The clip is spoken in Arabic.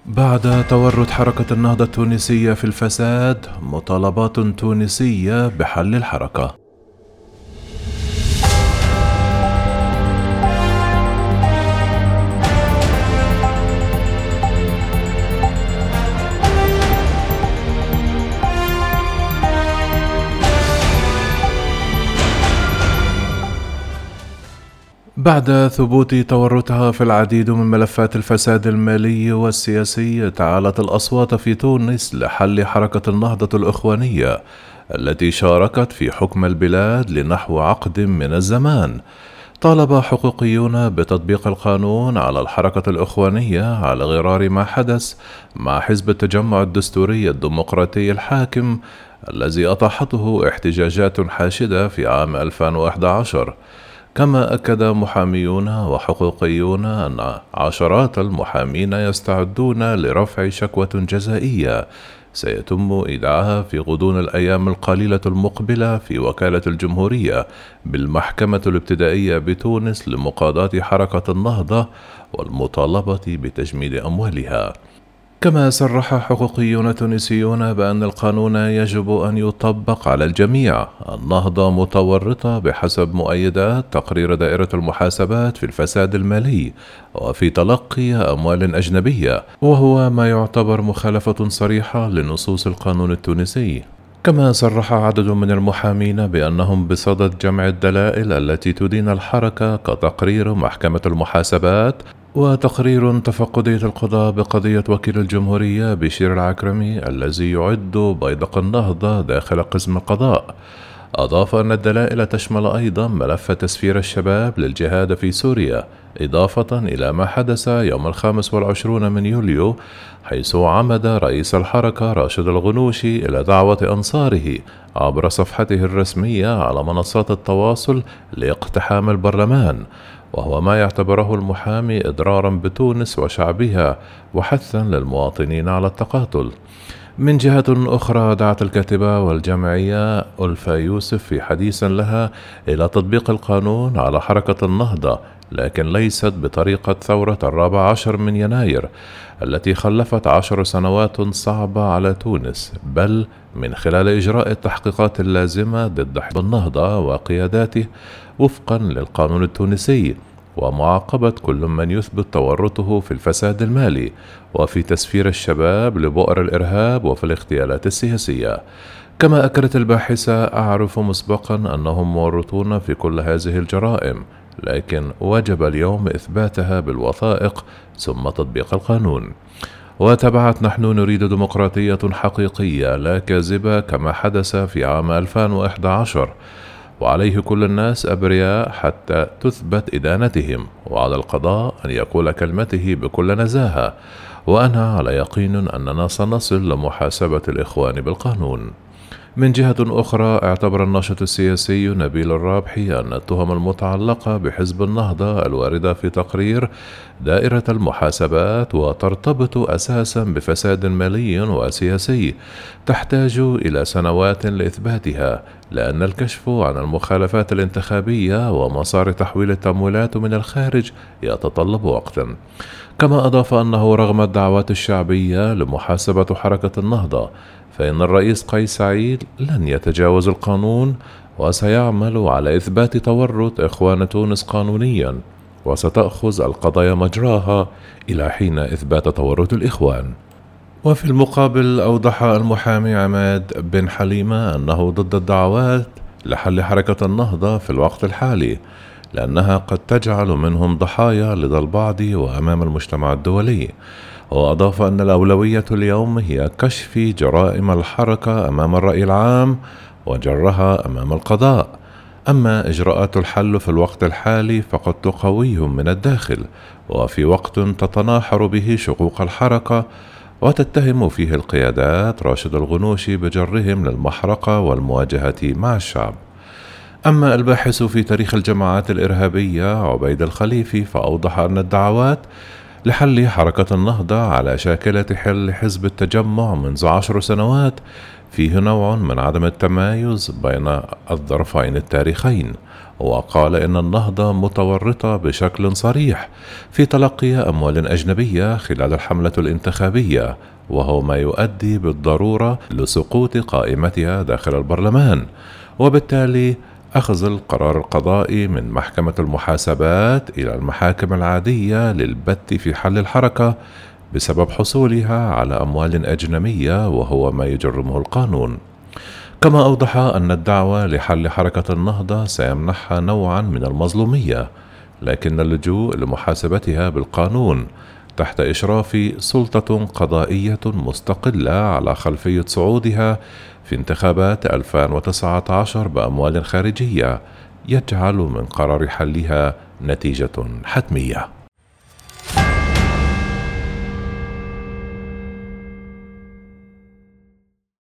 بعد تورط حركة النهضة التونسية في الفساد، مطالبات تونسية بحل الحركة. بعد ثبوت تورطها في العديد من ملفات الفساد المالي والسياسي، تعالت الأصوات في تونس لحل حركة النهضة الإخوانية التي شاركت في حكم البلاد لنحو عقد من الزمان. طالب حقوقيون بتطبيق القانون على الحركة الإخوانية على غرار ما حدث مع حزب التجمع الدستوري الديمقراطي الحاكم الذي أطاحته احتجاجات حاشدة في عام 2011. كما أكد محاميون وحقوقيون أن عشرات المحامين يستعدون لرفع شكوى جزائية سيتم إيداعها في غضون الأيام القليلة المقبلة في وكالة الجمهورية بالمحكمة الابتدائية بتونس لمقاضاة حركة النهضة والمطالبة بتجميد أموالها. كما صرح حقوقيون تونسيون بأن القانون يجب أن يطبق على الجميع. النهضة متورطة بحسب مؤيدات تقرير دائرة المحاسبات في الفساد المالي وفي تلقي أموال أجنبية، وهو ما يعتبر مخالفة صريحة لنصوص القانون التونسي. كما صرح عدد من المحامين بأنهم بصدد جمع الدلائل التي تدين الحركة كتقرير محكمة المحاسبات وتقرير تفقدية القضاء بقضية وكيل الجمهورية بشير العكرمي الذي يعد بيدق النهضة داخل قسم القضاء. أضاف أن الدلائل تشمل أيضا ملف تسفير الشباب للجهاد في سوريا، إضافة إلى ما حدث يوم 25 من يوليو، حيث عمد رئيس الحركة راشد الغنوشي إلى دعوة أنصاره عبر صفحته الرسمية على منصات التواصل لاقتحام البرلمان، وهو ما يعتبره المحامي إضرارا بتونس وشعبها وحثا للمواطنين على التقاتل. من جهة أخرى، دعت الكاتبة والجمعية ألفا يوسف في حديث لها إلى تطبيق القانون على حركة النهضة، لكن ليست بطريقة ثورة 14 من يناير التي خلفت 10 سنوات صعبة على تونس، بل من خلال إجراء التحقيقات اللازمة ضد حزب النهضة وقياداته وفقا للقانون التونسي، ومعاقبة كل من يثبت تورطه في الفساد المالي وفي تسفير الشباب لبؤر الإرهاب وفي الاغتيالات السياسية. كما أكدت الباحثة: أعرف مسبقا أنهم مورطون في كل هذه الجرائم، لكن وجب اليوم إثباتها بالوثائق ثم تطبيق القانون. وتبعت: نحن نريد ديمقراطية حقيقية لا كاذبة كما حدث في عام 2011، وعليه كل الناس أبرياء حتى تثبت إدانتهم، وعلى القضاء أن يقول كلمته بكل نزاهة، وأنا على يقين أننا سنصل لمحاسبة الإخوان بالقانون. من جهة أخرى، اعتبر الناشط السياسي نبيل الرابحي أن التهم المتعلقة بحزب النهضة الواردة في تقرير دائرة المحاسبات وترتبط أساسا بفساد مالي وسياسي تحتاج إلى سنوات لإثباتها، لأن الكشف عن المخالفات الانتخابية ومسار تحويل التمويلات من الخارج يتطلب وقتا. كما أضاف أنه رغم الدعوات الشعبية لمحاسبة حركة النهضة، فإن الرئيس قيس سعيد لن يتجاوز القانون، وسيعمل على إثبات تورط إخوان تونس قانونيا، وستأخذ القضايا مجراها إلى حين إثبات تورط الإخوان. وفي المقابل، أوضح المحامي عماد بن حليمة أنه ضد الدعوات لحل حركة النهضة في الوقت الحالي، لأنها قد تجعل منهم ضحايا لدى البعض وأمام المجتمع الدولي. وأضاف أن الأولوية اليوم هي كشف جرائم الحركة أمام الرأي العام وجرها أمام القضاء، أما إجراءات الحل في الوقت الحالي فقد تقويهم من الداخل، وفي وقت تتناحر به شقوق الحركة وتتهم فيه القيادات راشد الغنوشي بجرهم للمحرقة والمواجهة مع الشعب. أما الباحث في تاريخ الجماعات الإرهابية عبيد الخليفي فأوضح أن الدعوات لحل حركة النهضة على شاكلة حل حزب التجمع منذ 10 سنوات، فيه نوع من عدم التمايز بين الظرفين التاريخين. وقال إن النهضة متورطة بشكل صريح في تلقي أموال أجنبية خلال الحملة الانتخابية، وهو ما يؤدي بالضرورة لسقوط قائمتها داخل البرلمان، وبالتالي أخذ القرار القضائي من محكمة المحاسبات إلى المحاكم العادية للبت في حل الحركة بسبب حصولها على أموال أجنبية، وهو ما يجرمه القانون. كما أوضح أن الدعوة لحل حركة النهضة سيمنحها نوعا من المظلومية، لكن اللجوء لمحاسبتها بالقانون تحت إشراف سلطة قضائية مستقلة على خلفية صعودها في انتخابات 2019 بأموال خارجية يجعل من قرار حلها نتيجة حتمية.